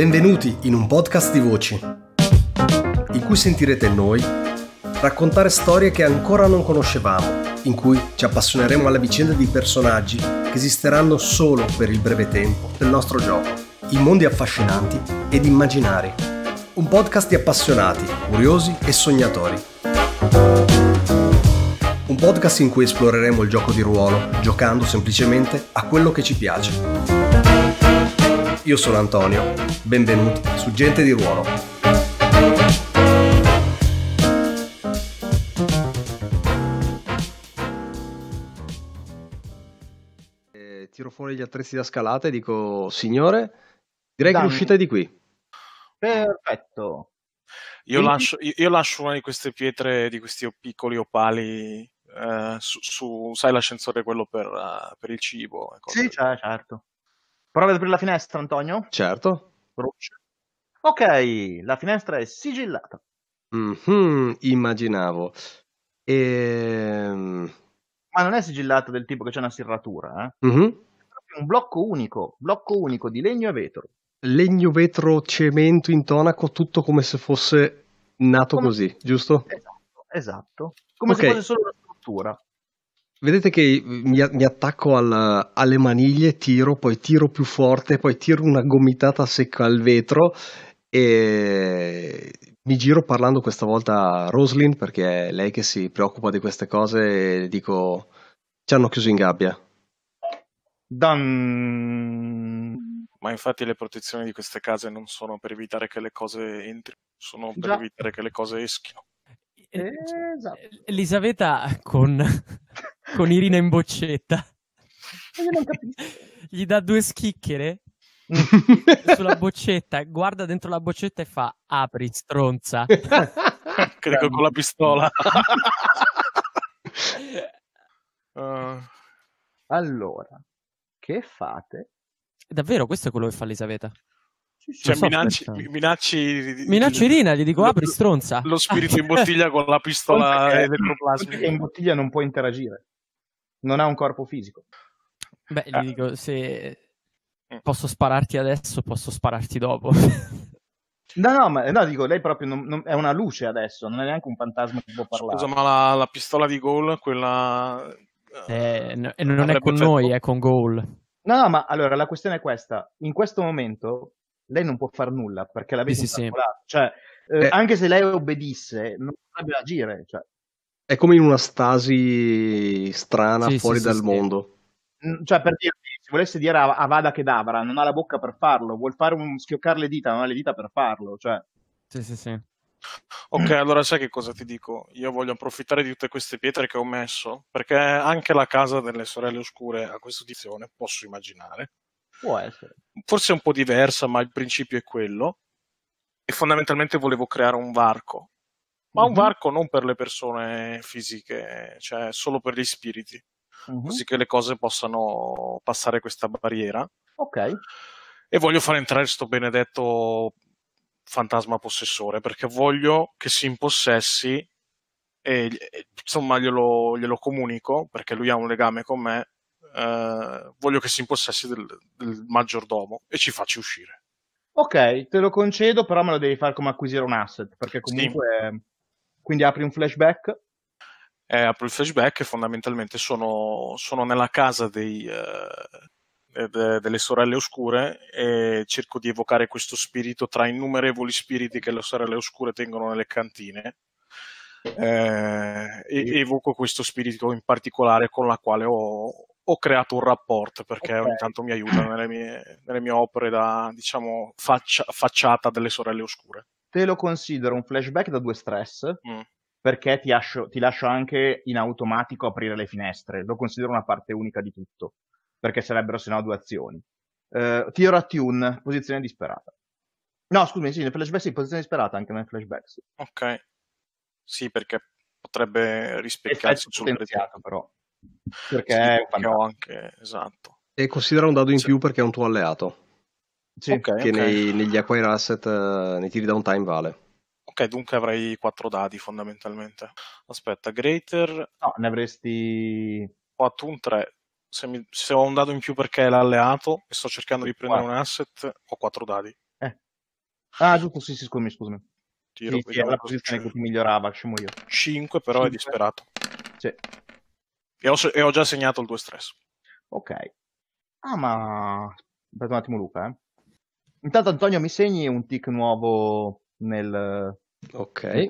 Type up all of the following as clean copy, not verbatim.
Benvenuti in un podcast di voci, in cui sentirete noi raccontare storie che ancora non conoscevamo, in cui ci appassioneremo alla vicenda di personaggi che esisteranno solo per il breve tempo del nostro gioco, in mondi affascinanti ed immaginari. Un podcast di appassionati, curiosi e sognatori. Un podcast in cui esploreremo il gioco di ruolo, giocando semplicemente a quello che ci piace. Io sono Antonio, benvenuti su Gente di Ruolo. Tiro fuori gli attrezzi da scalata e dico, signore, direi che l'uscita è di qui. Perfetto. Io lascio una di queste pietre, di questi piccoli opali, sai, l'ascensore, quello per il cibo. Sì, certo. Prova ad aprire la finestra, Antonio? Certo. Ok, la finestra è sigillata. Immaginavo. Ma non è sigillata del tipo che c'è una serratura, eh? Mm-hmm. È proprio un blocco unico di legno e vetro. Legno, vetro, cemento, intonaco, tutto come se fosse nato così, giusto? Esatto. Come se fosse solo una struttura. Vedete che mi attacco alle maniglie, poi tiro più forte, poi tiro una gomitata secca al vetro e mi giro parlando questa volta a Roslyn, perché è lei che si preoccupa di queste cose, e dico, ci hanno chiuso in gabbia. Ma infatti le protezioni di queste case non sono per evitare che le cose entrino, sono per evitare che le cose eschino. Esatto. Elisabetta con Irina in boccetta. Io non capisco. Gli dà 2 schicchiere sulla boccetta, guarda dentro la boccetta e fa: apri, stronza. Credo con la pistola. Allora, che fate? Davvero, questo è quello che fa Elisabetta? Cioè, minacci Irina, gli dico apri, stronza. Lo spirito in bottiglia con la pistola elettroplasmica. In bottiglia non può interagire, non ha un corpo fisico. Beh, gli dico, se posso spararti adesso, posso spararti dopo. No, dico, lei proprio non è una luce adesso, non è neanche un fantasma che può parlare. Scusa, ma la pistola di Ghoul, quella... non è con noi, è con Ghoul. No, ma allora la questione è questa: in questo momento lei non può far nulla perché la vede intrappolata. Cioè, anche se lei obbedisse, non potrebbe agire. Cioè. È come in una stasi strana fuori dal mondo. Cioè, per dirti, se volesse dire a Avada Kedavra, non ha la bocca per farlo, vuol fare schioccare le dita, non ha le dita per farlo. Cioè. Sì. Ok, allora sai che cosa ti dico? Io voglio approfittare di tutte queste pietre che ho messo, perché anche la casa delle sorelle oscure ha questa edizione, posso immaginare. Può essere. Forse è un po' diversa, ma il principio è quello. E fondamentalmente volevo creare un varco. Ma un varco non per le persone fisiche, cioè solo per gli spiriti. Così che le cose possano passare questa barriera. Ok. E voglio far entrare sto benedetto fantasma possessore, perché voglio che si impossessi e insomma glielo comunico, perché lui ha un legame con me. Voglio che si impossessi del maggiordomo e ci faccia uscire. Ok, te lo concedo, però me lo devi fare come acquisire un asset, perché comunque... Sì. Quindi apri un flashback? Apro il flashback e fondamentalmente sono nella casa delle sorelle oscure e cerco di evocare questo spirito tra innumerevoli spiriti che le sorelle oscure tengono nelle cantine. Evoco questo spirito in particolare con la quale ho creato un rapporto, perché ogni tanto mi aiuta nelle mie opere da, diciamo, facciata delle sorelle oscure. Te lo considero un flashback da 2 stress, perché ti lascio anche in automatico aprire le finestre. Lo considero una parte unica di tutto, perché sarebbero sennò 2 azioni. Tiro a tune, posizione disperata. No, scusami, sì, nel flashback sì, posizione disperata anche nel flashback, sì. Ok. Sì, perché potrebbe rispecchiarsi sul potenziato, però. Perché sì, è un anche, esatto. E considera un dado in più perché è un tuo alleato. Sì. Che negli acquire asset nei tiri downtime vale. Ok, dunque avrei 4 dadi fondamentalmente. Aspetta, Greater... No, ne avresti... 4, un 3. Se ho un dado in più perché è l'alleato e sto cercando di prendere un asset, ho 4 dadi. Ah, giusto, sì, scusami. Tiro, Sì, era la posizione che ti migliorava, scemo io. 5, però 5. È disperato. Sì. E ho già segnato il 2 stress. Ok. Ah, ma... Aspetta un attimo, Luca, Intanto, Antonio, mi segni un tick nuovo nel... Ok. Nel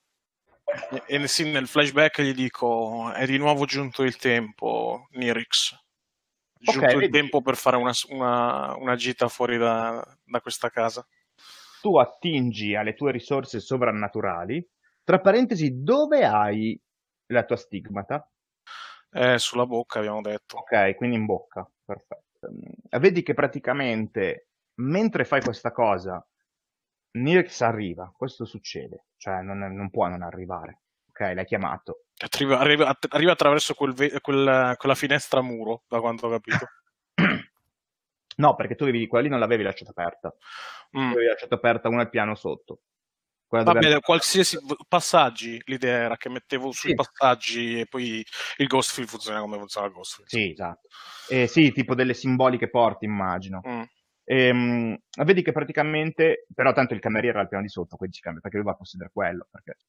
e sì, nel flashback gli dico: è di nuovo giunto il tempo, Nirix. Giunto il tempo per fare una gita fuori da questa casa. Tu attingi alle tue risorse sovrannaturali. Tra parentesi, dove hai la tua stigmata? Sulla bocca, abbiamo detto. Ok, quindi in bocca. Perfetto. Vedi che praticamente, mentre fai questa cosa, Nirix arriva. Questo succede. Cioè, non può non arrivare. Ok, l'hai chiamato. Arriva attraverso quella finestra a muro, da quanto ho capito. No, perché tu quella lì non l'avevi lasciata aperta. L'avevi lasciata aperta una al piano sotto. Vabbè, qualsiasi passaggi, l'idea era che mettevo sui passaggi e poi il Ghostfield funziona come funziona il Ghostfield. Sì, esatto. Sì, tipo delle simboliche porte, immagino. Vedi che praticamente, però tanto il cameriere era al piano di sotto, quindi ci cambia, perché lui va a possedere quello.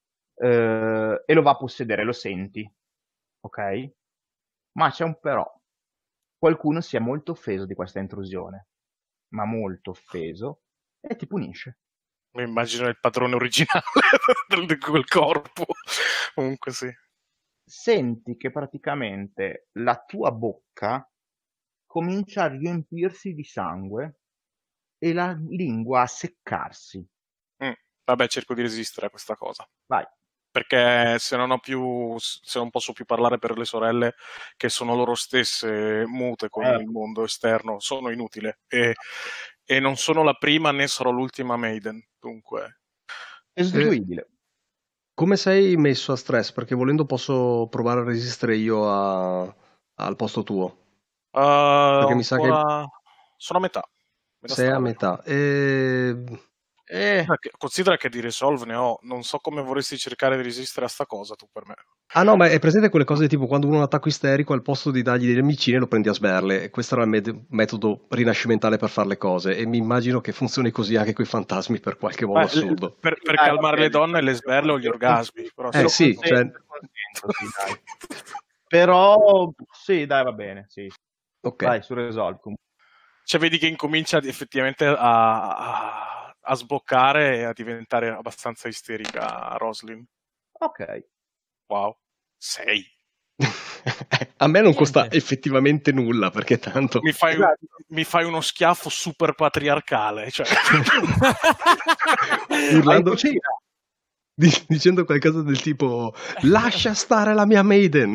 E lo va a possedere, lo senti. Ok? Ma c'è un però. Qualcuno si è molto offeso di questa intrusione, ma molto offeso, e ti punisce. Mi immagino il padrone originale di quel corpo. Comunque sì. Senti che praticamente la tua bocca comincia a riempirsi di sangue e la lingua a seccarsi. Vabbè, cerco di resistere a questa cosa. Vai. Perché se non posso più parlare per le sorelle, che sono loro stesse mute con il mondo esterno, sono inutile. E non sono la prima né sarò l'ultima Maiden, dunque. È sostituibile. Come sei messo a stress? Perché volendo posso provare a resistere io al posto tuo. Perché mi sa che sono a metà. Sei a metà. Considera che di resolve ne ho. Non so come vorresti cercare di resistere a sta cosa tu per me. Ah no, ma è presente quelle cose tipo quando uno ha un attacco isterico al posto di dargli delle micine lo prendi a sberle. E questo era il metodo rinascimentale per fare le cose. E mi immagino che funzioni così anche con i fantasmi per qualche modo assurdo. Per calmare le donne, le sberle o gli orgasmi. Però sì, cioè... Però sì, dai, va bene. Sì. Ok. Vai, su Resolve. Cioè vedi che incomincia effettivamente a sboccare e a diventare abbastanza isterica Roslyn. Ok. Wow. 6. A me non costa effettivamente nulla, perché tanto... Mi fai uno schiaffo super patriarcale. Cioè. Urlando, dicendo qualcosa del tipo lascia stare la mia Maiden.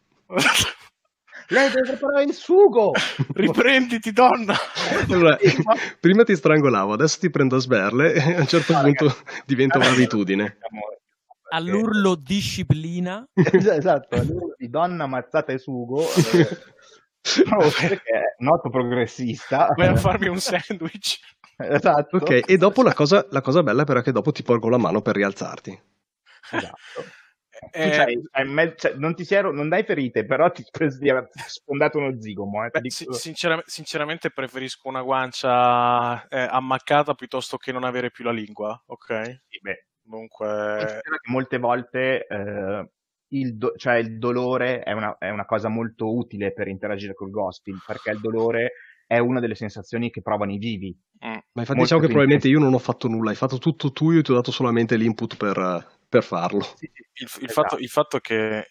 Lei deve preparare il sugo. Riprenditi, donna. Allora, prima ti strangolavo, adesso ti prendo a sberle e a un certo punto diventa un'abitudine. All'urlo disciplina. Esatto, all'urlo di donna ammazzata e sugo. Perché è noto progressista. Vai a farmi un sandwich. Esatto. Ok, e dopo la cosa bella però è che dopo ti porgo la mano per rialzarti. Esatto. Non dai ferite, però ti pensi di aver sfondato uno zigomo. Sinceramente preferisco una guancia ammaccata piuttosto che non avere più la lingua, ok? Sì, beh. Comunque... Molte volte il dolore è una cosa molto utile per interagire col Ghostfield, perché il dolore è una delle sensazioni che provano i vivi. Ma infatti diciamo che probabilmente io non ho fatto nulla, hai fatto tutto tu, io ti ho dato solamente l'input per farlo. Il fatto che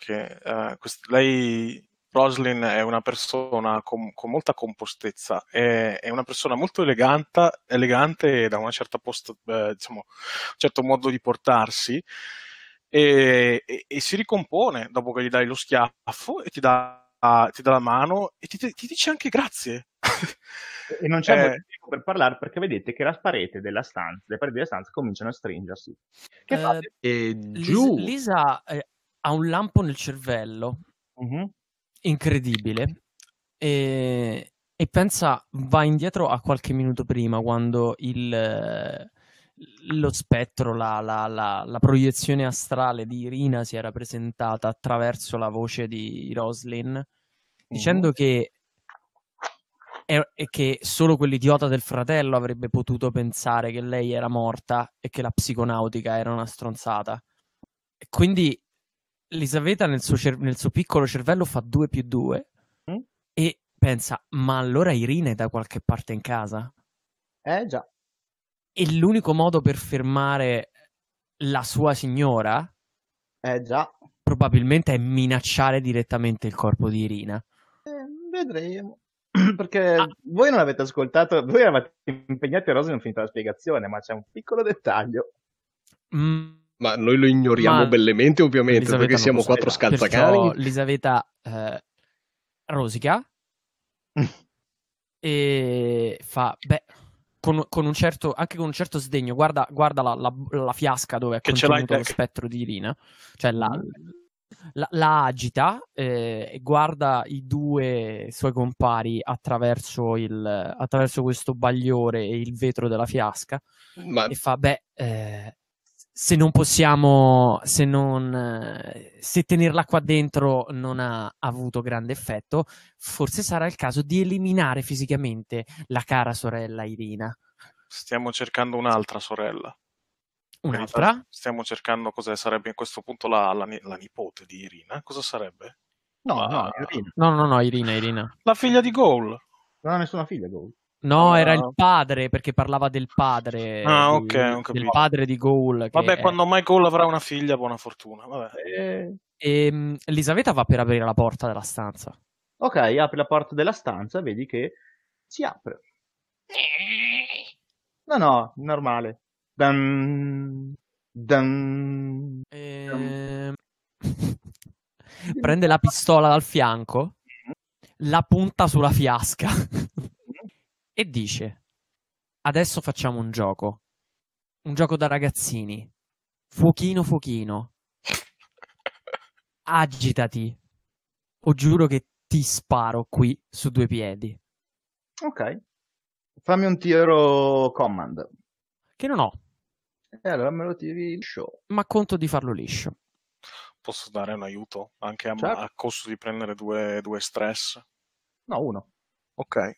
lei, Roslyn, è una persona con molta compostezza, è una persona molto elegante da una certa diciamo, un certo modo di portarsi, e si ricompone dopo che gli dai lo schiaffo e ti dà la mano e ti dice anche grazie. E non c'è molto tempo per parlare, perché vedete che le pareti della stanza cominciano a stringersi. Che fate? Giù. Lisa ha un lampo nel cervello incredibile e pensa, va indietro a qualche minuto prima, quando lo spettro, la proiezione astrale di Irina si era presentata attraverso la voce di Roslyn, dicendo che è che solo quell'idiota del fratello avrebbe potuto pensare che lei era morta e che la psiconautica era una stronzata. E quindi Elisaveta nel suo piccolo cervello fa 2 più 2 e pensa, ma allora Irina è da qualche parte in casa? Già. E l'unico modo per fermare la sua signora Già. probabilmente è minacciare direttamente il corpo di Irina. Vedremo. Perché voi non avete ascoltato, voi eravate impegnati a Rosy, non finita la spiegazione, ma c'è un piccolo dettaglio. Ma noi lo ignoriamo bellemente, ovviamente, Elisaveta perché siamo 4 scalzacani. Perciò Elisaveta rosica e fa, con un certo, anche con un certo sdegno, guarda la fiasca dove è contenuto lo spettro di Irina, cioè la agita e guarda i 2 suoi compari attraverso questo bagliore e il vetro della fiasca e fa, se non possiamo, se tenerla qua dentro non ha avuto grande effetto, forse sarà il caso di eliminare fisicamente la cara sorella Irina. Stiamo cercando un'altra sorella. Un'altra? Stiamo cercando cosa sarebbe in questo punto la nipote di Irina. Cosa sarebbe? No, Irina. No, Irina. La figlia di Goal. Non ha nessuna figlia, Goal. No, era il padre, perché parlava del padre. Ok, ho capito. Del padre di Goal. Vabbè, quando mai Goal avrà una figlia, buona fortuna. Vabbè. Elisaveta va per aprire la porta della stanza. Ok, apri la porta della stanza, vedi che si apre. No, normale. Prende la pistola dal fianco, la punta sulla fiasca e dice: adesso facciamo un gioco da ragazzini, fuochino, agitati o giuro che ti sparo qui su 2 piedi. Ok, fammi un tiro command. Che non ho. Allora me lo tiri liscio. Ma conto di farlo liscio. Posso dare un aiuto? Anche a costo di prendere 2 stress? No, 1. Ok.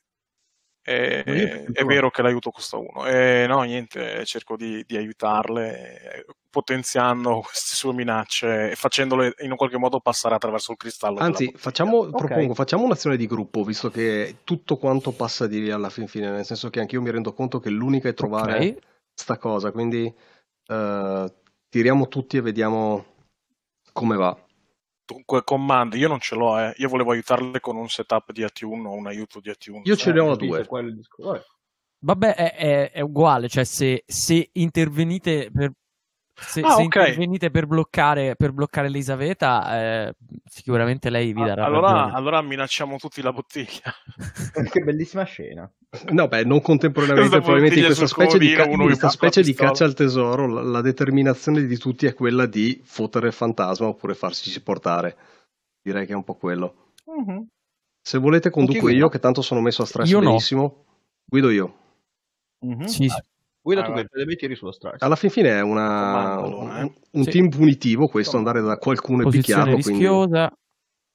È vero che l'aiuto costa 1. No, niente, cerco di aiutarle potenziando queste sue minacce e facendole in un qualche modo passare attraverso il cristallo. Anzi, propongo, facciamo un'azione di gruppo, visto che tutto quanto passa di lì alla fine, nel senso che anch'io mi rendo conto che l'unica è trovare sta cosa, quindi tiriamo tutti e vediamo come va. Dunque, comandi, io non ce l'ho, io volevo aiutarle con un setup di Attune o un aiuto di Attune. Io ce ne ho 2. Vabbè, è uguale, cioè se intervenite per intervenite per bloccare Elisaveta, sicuramente lei vi darà ragione. Allora minacciamo tutti la bottiglia. Che bellissima scena. No, non contemporaneamente, probabilmente in questa specie di caccia al tesoro la determinazione di tutti è quella di fottere il fantasma oppure farsi portare. Direi che è un po' quello. Uh-huh. Se volete conduco io, che tanto sono messo a stress benissimo. Guido io. Uh-huh. Sì. Guida tu che devi tiri sullo stress. Alla fine è un team punitivo questo, andare da qualcuno e picchiarlo. Rischiosa. Quindi...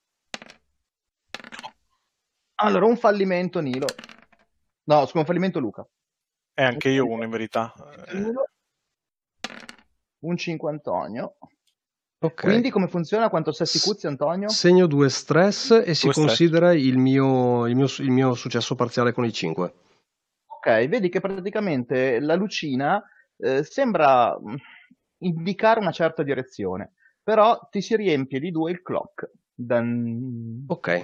Allora, un fallimento Nilo. No, scusa, un fallimento Luca. Anche io uno in verità. Un 5 Antonio. Okay. Quindi come funziona? Quanto sessi cuzzi Antonio? Segno 2 stress e si considera il mio successo parziale con i 5. Ok, vedi che praticamente la lucina sembra indicare una certa direzione, però ti si riempie di 2 il clock. Ok.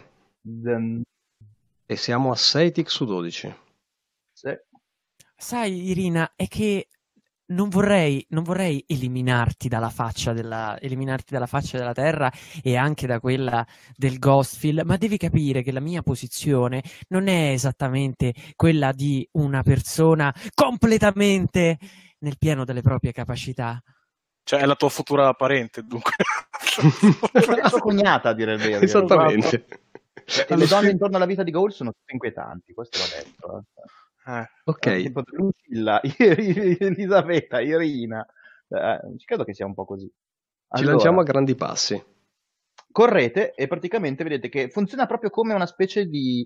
E siamo a 6 tic su 12. Sì. Sai, Irina, è che non vorrei eliminarti dalla faccia della terra e anche da quella del Ghostfield, ma devi capire che la mia posizione non è esattamente quella di una persona completamente nel pieno delle proprie capacità. Cioè è la tua futura parente, dunque. La tua cognata, a dire il vero. Esattamente. Le donne intorno alla vita di Goal sono tutte inquietanti, questo l'ho detto. Ok. Tipo Lucilla, Elisaveta, Irina. Credo che sia un po' così. Ci lanciamo a grandi passi. Correte e praticamente vedete che funziona proprio come una specie di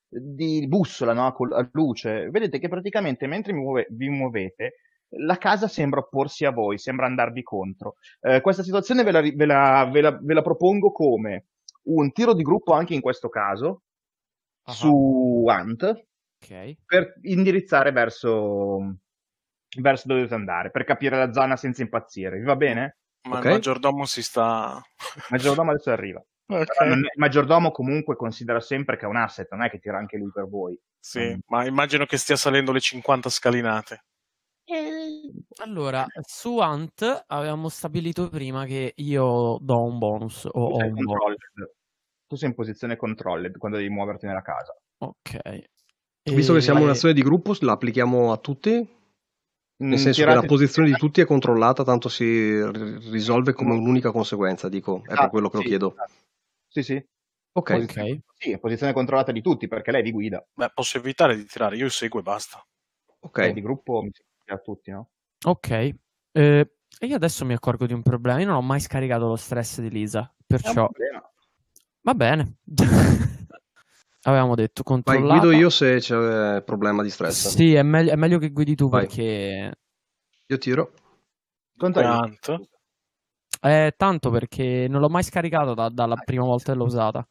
di bussola, no? A luce, vedete che praticamente mentre vi muovete, la casa sembra opporsi a voi, sembra andarvi contro. Questa situazione ve la propongo come un tiro di gruppo anche in questo caso, su Ant, per indirizzare verso dove dovete andare, per capire la zona senza impazzire. Vi va bene? Ma il maggiordomo si sta... Il maggiordomo adesso arriva. Il maggiordomo comunque considera sempre che è un asset, non è che tira anche lui per voi. Sì, ma immagino che stia salendo le 50 scalinate. Allora, su Ant avevamo stabilito prima che io do un bonus. Tu sei in posizione controlled quando devi muoverti nella casa. Ok. Visto che siamo un'azione di gruppo, la applichiamo a tutti? Nel senso che la posizione di tutti è controllata, tanto si risolve come un'unica conseguenza, dico, è per quello che lo chiedo. Sì. Ok. Sì, è posizione controllata di tutti, perché lei vi guida. Beh, posso evitare di tirare, io seguo e basta. Ok. Di gruppo mi a tutti, no? Ok. E io adesso mi accorgo di un problema, io non ho mai scaricato lo stress di Lisa, perciò... Va bene. Avevamo detto controllata. Vai, guido io se c'è problema di stress. Sì, è meglio che guidi tu. Vai. Perché... Io tiro. Tanto perché non l'ho mai scaricato dalla prima volta che l'ho usata.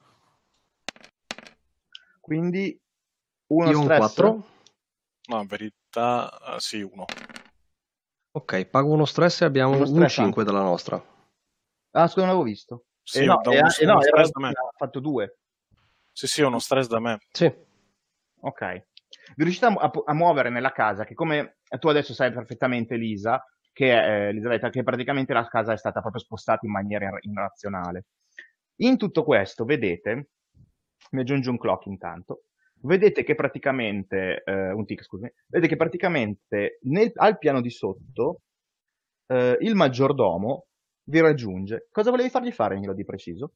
Quindi uno io stress? 4. No, in verità sì, 1. Ok, pago uno stress e abbiamo un 5 dalla nostra. Ah, scusa, non l'avevo visto. Sì, no, stress da me. Ha fatto 2. Sì, uno stress da me. Sì. Ok. Vi riuscite a muovere nella casa, che come tu adesso sai perfettamente, Lisa, Elisabetta, che praticamente la casa è stata proprio spostata in maniera irrazionale. In tutto questo, vedete, mi aggiungo un clock intanto, vedete che praticamente, un tick, scusami, vedete che praticamente al piano di sotto il maggiordomo vi raggiunge. Cosa volevi fargli fare, Nilo, di preciso?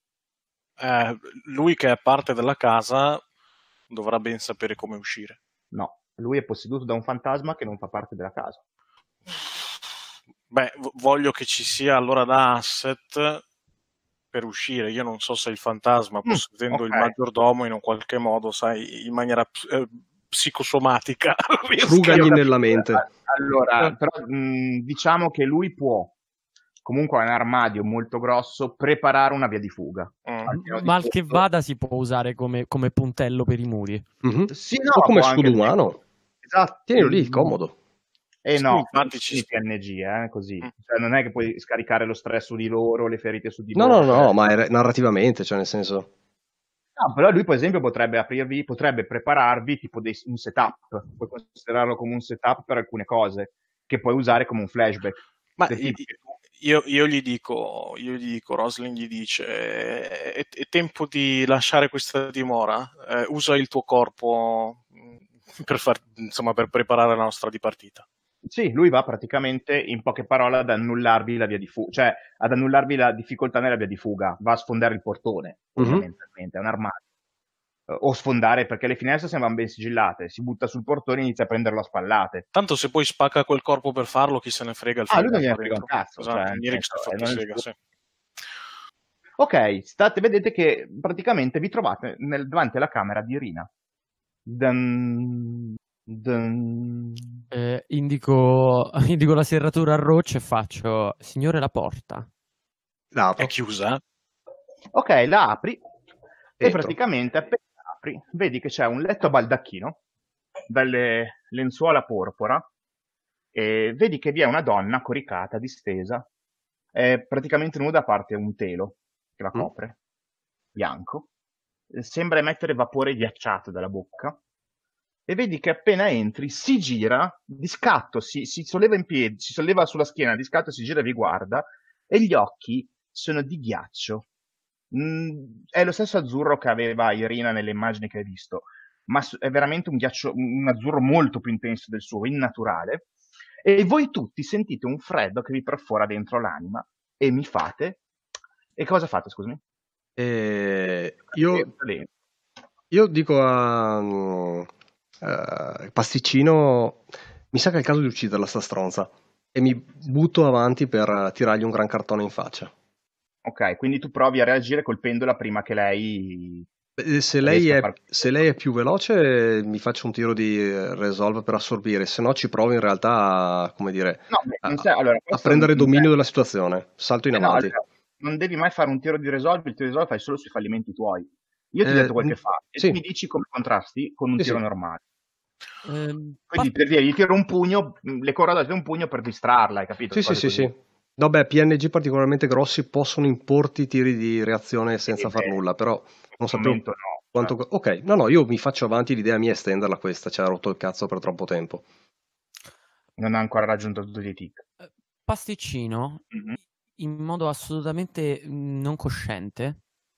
Lui che è parte della casa dovrà ben sapere come uscire. No, lui è posseduto da un fantasma che non fa parte della casa. Beh, voglio che ci sia allora da asset per uscire. Io non so se il fantasma, possedendo il maggiordomo in un qualche modo, sai, in maniera psicosomatica, frugagli nella mente. Allora, però diciamo che lui può, comunque ha un armadio molto grosso, preparare una via di fuga. Mal che vada si può usare come puntello per i muri. Mm-hmm. Sì, no, o come scudo umano. Esatto. Tienilo lì, comodo. No, infatti ci PNG, così. Cioè, non è che puoi scaricare lo stress su di loro, le ferite su di loro. No, ma è narrativamente, cioè nel senso... No, però lui per esempio potrebbe prepararvi tipo un setup, puoi considerarlo come un setup per alcune cose, che puoi usare come un flashback. Ma io gli dico, Rosalind gli dice, è tempo di lasciare questa dimora, usa il tuo corpo per preparare la nostra dipartita. Sì, lui va praticamente, in poche parole, ad annullarvi la via di fuga, cioè ad annullarvi la difficoltà nella via di fuga, va a sfondare il portone, fondamentalmente, è un armadio. O sfondare, perché le finestre sembrano ben sigillate, si butta sul portone e inizia a prenderlo a spallate. Tanto se poi spacca quel corpo per farlo, chi se ne frega il lui non gliene frega un cazzo. Esatto, sì. Ok, vedete che praticamente vi trovate davanti alla camera di Irina. Indico la serratura a roccia e faccio: signore, la porta. La apro. È chiusa? Ok, la apri e praticamente appena apri vedi che c'è un letto a baldacchino dalle lenzuola porpora e vedi che vi è una donna coricata, distesa, è praticamente nuda a parte un telo che la copre, bianco, sembra emettere vapore ghiacciato dalla bocca. E vedi che appena entri si gira di scatto, si solleva in piedi, si solleva sulla schiena di scatto, si gira e vi guarda e gli occhi sono di ghiaccio. È lo stesso azzurro che aveva Irina nelle immagini che hai visto, ma è veramente un azzurro molto più intenso del suo, innaturale. E voi tutti sentite un freddo che vi perfora dentro l'anima e mi fate... E cosa fate, scusami? Io dico a... Pasticcino, mi sa che è il caso di ucciderla sta stronza, e mi butto avanti per tirargli un gran cartone in faccia. Ok, quindi tu provi a reagire colpendola prima che lei Se lei è più veloce, mi faccio un tiro di resolve per assorbire, se no ci provo in realtà a, come dire, a prendere dominio della situazione. Salto in avanti. Allora, non devi mai fare un tiro di resolve, il tiro di resolve fai solo sui fallimenti tuoi. Io ti ho detto quel che fa e tu mi dici come contrasti con un tiro normale. Quindi per dire, gli tiro un pugno, le coordate un pugno per distrarla, hai capito? Sì. No, beh, PNG particolarmente grossi possono importi tiri di reazione senza far nulla, però non sapevo quanto... Ok, no, io mi faccio avanti, l'idea mia è estenderla questa, ci ha rotto il cazzo per troppo tempo. Non ha ancora raggiunto tutti i tic. Pasticcino, in modo assolutamente non cosciente,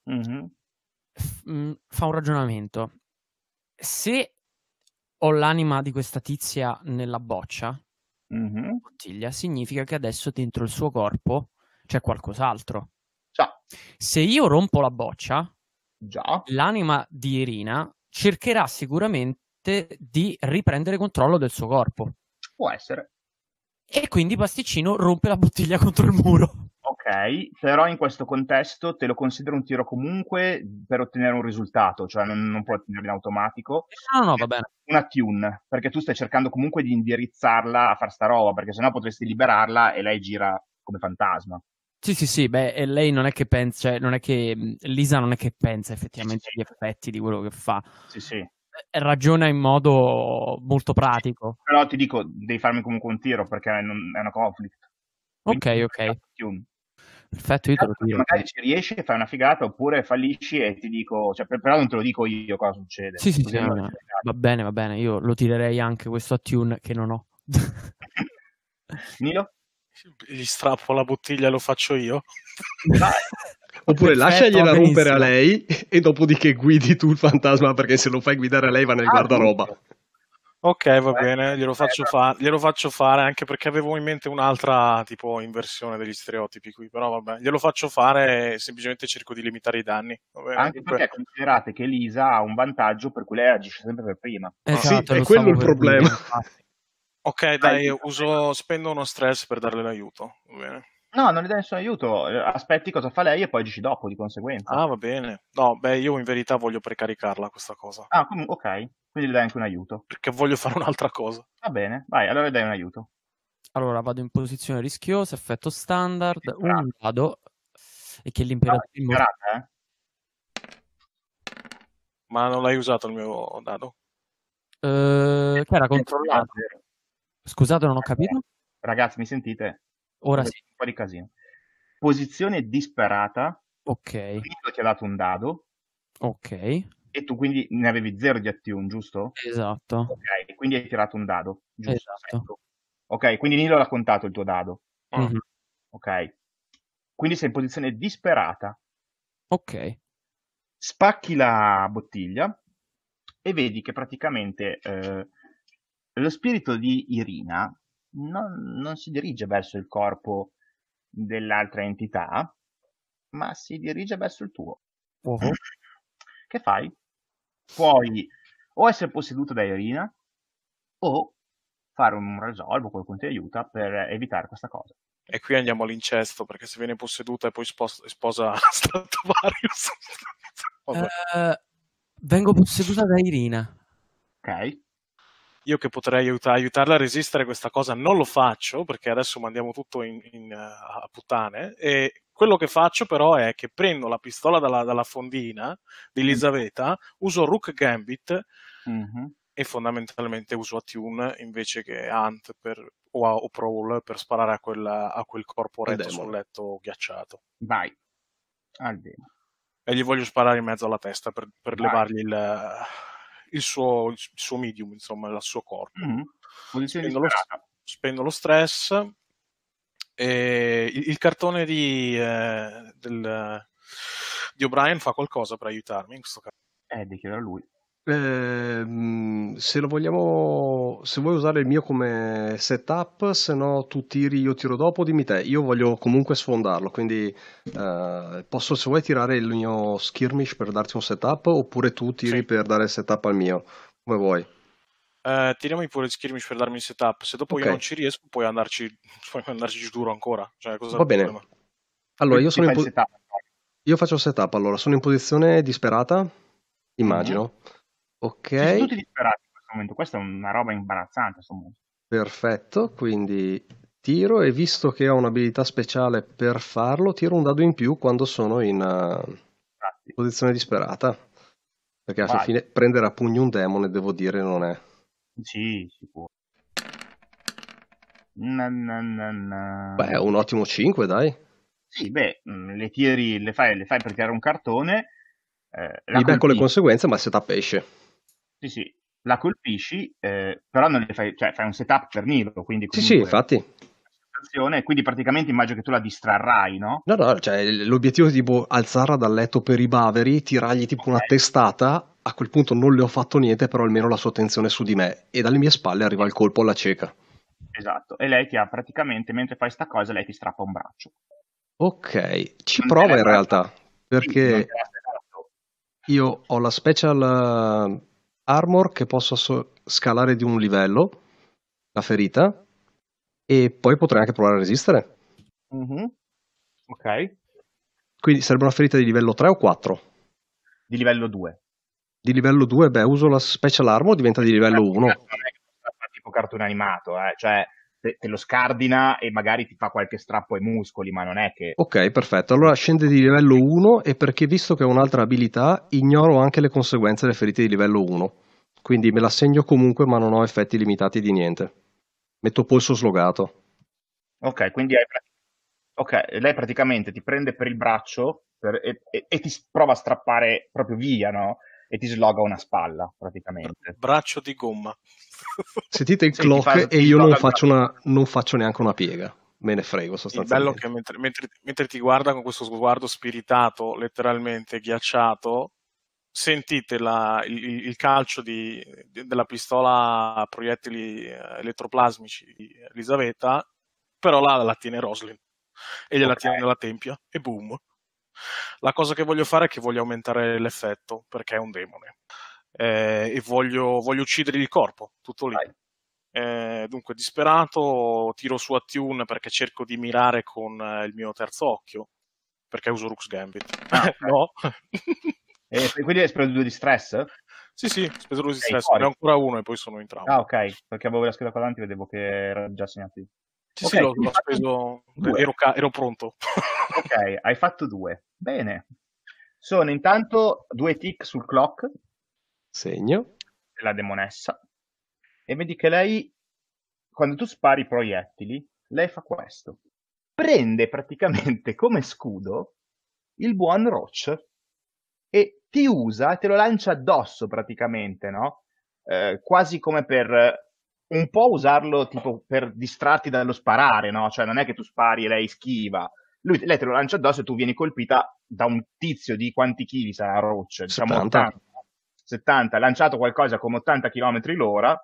fa un ragionamento. Se ho l'anima di questa tizia nella boccia, bottiglia, significa che adesso dentro il suo corpo c'è qualcos'altro. Già. Se io rompo la boccia, già, l'anima di Irina cercherà sicuramente di riprendere controllo del suo corpo. Può essere. E quindi Pasticcino rompe la bottiglia contro il muro. Ok, però in questo contesto te lo considero un tiro comunque per ottenere un risultato, cioè non puoi ottenerlo in automatico. No, va bene. Una tune, perché tu stai cercando comunque di indirizzarla a far sta roba, perché sennò potresti liberarla e lei gira come fantasma. Sì, beh, e lei non è che pensa, cioè, non è che Lisa non è che pensa effettivamente agli effetti di quello che fa. Sì. Ragiona in modo molto pratico. Però ti dico, devi farmi comunque un tiro, perché è una conflict. Ok. Perfetto, io te lo tiro. Magari ci riesci e fai una figata, oppure fallisci e ti dico, cioè, però non te lo dico io cosa succede. Sì, va bene, io lo tirerei anche questo attune che non ho. Nilo? Gli strappo la bottiglia e lo faccio io. Dai. Oppure lasciagliela rompere a lei e dopodiché guidi tu il fantasma, perché se lo fai guidare a lei va nel guardaroba. Ok, va bene, glielo faccio fare, anche perché avevo in mente un'altra tipo inversione degli stereotipi qui, però vabbè, glielo faccio fare e semplicemente cerco di limitare i danni. Anche perché considerate che Lisa ha un vantaggio per cui lei agisce sempre per prima. Esatto, sì, è quello il problema. Ok, dai, spendo uno stress per darle l'aiuto, va bene. No, non le dai nessun aiuto, aspetti cosa fa lei e poi agisci dopo, di conseguenza. Ah, va bene. No, beh, io in verità voglio precaricarla questa cosa. Ah, ok, quindi le dai anche un aiuto. Perché voglio fare un'altra cosa. Va bene, vai, allora le dai un aiuto. Allora, vado in posizione rischiosa, effetto standard, un dado, e che l'imperatore... Ma non l'hai usato il mio dado? Che era controllato. Scusate, non ho capito. Ragazzi, mi sentite? Ora sì. Un po' di casino. Posizione disperata. Ok. Nilo ti ha dato un dado. Ok. E tu quindi ne avevi 0 di attune, giusto? Esatto. Ok, quindi hai tirato un dado, giusto? Esatto. Ok, quindi Nilo l'ha contato il tuo dado. Mm-hmm. Ok. Quindi sei in posizione disperata. Ok. Spacchi la bottiglia e vedi che praticamente lo spirito di Irina non si dirige verso il corpo dell'altra entità, ma si dirige verso il tuo. Uh-huh. Che fai? Puoi o essere posseduto da Irina o fare un resolve o qualcuno ti aiuta per evitare questa cosa. E qui andiamo all'incesto, perché se viene posseduta e poi sposa Stratovarius. Vengo posseduta da Irina. Ok. Io che potrei aiutarla a resistere a questa cosa non lo faccio, perché adesso mandiamo tutto a puttane, e quello che faccio però è che prendo la pistola dalla fondina di Elisabetta, uso Rook Gambit e fondamentalmente uso Attune invece che Hunt o Prowl per sparare a quel corpo retto sul letto ghiacciato. Vai. Al demo. E gli voglio sparare in mezzo alla testa per levargli il suo medium, insomma, il suo corpo. Spendo lo stress e il cartone di O'Brien fa qualcosa per aiutarmi in questo caso. Devi chiedere a lui. Se lo vogliamo, se vuoi usare il mio come setup, se no tu tiri, io tiro dopo, dimmi te. Io voglio comunque sfondarlo, quindi posso, se vuoi, tirare il mio skirmish per darti un setup, oppure tu tiri per dare il setup al mio, come vuoi. Tiriamo pure il skirmish per darmi il setup. Se dopo io non ci riesco, puoi andarci giù duro ancora. Cioè, cosa va bene. Allora io faccio il setup. Allora sono in posizione disperata. Immagino. Ok. Ci sono tutti disperati in questo momento, questa è una roba imbarazzante. Perfetto, quindi tiro e visto che ho un'abilità speciale per farlo, tiro un dado in più quando sono in posizione disperata. Perché alla fine prendere a pugno un demone, devo dire, non è... Sì, sicuro. Beh, è un ottimo 5, dai. Sì, beh, le fai per tirare un cartone. Mi becco le conseguenze, ma il setup esce. Sì, la colpisci, però non le fai, cioè fai un setup per Nilo, quindi comunque... Sì, infatti. Quindi praticamente immagino che tu la distrarrai, no? No, cioè l'obiettivo è tipo alzarla dal letto per i baveri, tirargli tipo una testata, a quel punto non le ho fatto niente, però almeno la sua attenzione è su di me, e dalle mie spalle arriva il colpo alla cieca. Esatto, e lei ti ha praticamente, mentre fai sta cosa, lei ti strappa un braccio. Ok, ci prova in realtà, perché io ho la special armor che posso scalare di un livello, la ferita, e poi potrei anche provare a resistere. Ok. Quindi sarebbe una ferita di livello 3 o 4? Di livello 2. Di livello 2, beh, uso la special armor, diventa di livello 1. Non è che fa tipo cartone animato, cioè te lo scardina e magari ti fa qualche strappo ai muscoli, ma non è che... Ok, perfetto. Allora scende di livello 1 e perché visto che ho un'altra abilità, ignoro anche le conseguenze delle ferite di livello 1. Quindi me la segno comunque, ma non ho effetti limitati di niente. Metto polso slogato. Ok, quindi lei praticamente ti prende per il braccio e ti prova a strappare proprio via, no? E ti sloga una spalla, praticamente. Braccio di gomma. Sentite il clock e io non faccio neanche una piega. Me ne frego sostanzialmente. Il bello che mentre ti guarda con questo sguardo spiritato, letteralmente ghiacciato, sentite il calcio della pistola a proiettili elettroplasmici di Elisabetta, però la tiene Roslin e gliela tiene nella tempia e boom. La cosa che voglio fare è che voglio aumentare l'effetto perché è un demone e voglio uccidere il corpo, tutto lì. Dunque disperato tiro su Attune perché cerco di mirare con il mio terzo occhio perché uso Rux Gambit. No? E quindi hai speso 2 di stress? Sì, ho speso 2 di stress, ne ho ancora uno e poi sono in trauma. Ah, ok, perché avevo la scheda qua davanti, vedevo che era già segnato. Sì, l'ho speso, ero pronto. Ok, hai fatto 2. Bene. Sono intanto 2 tick sul clock. Segno. La demonessa. E vedi che lei, quando tu spari i proiettili, lei fa questo. Prende praticamente come scudo il buon Roach e ti usa e te lo lancia addosso praticamente, no? Quasi come per un po' usarlo tipo per distrarti dallo sparare, no? Cioè non è che tu spari e lei schiva. Lei te lo lancia addosso e tu vieni colpita da un tizio di quanti chili sarà Roach? Diciamo 80. 70, lanciato qualcosa come 80 km l'ora,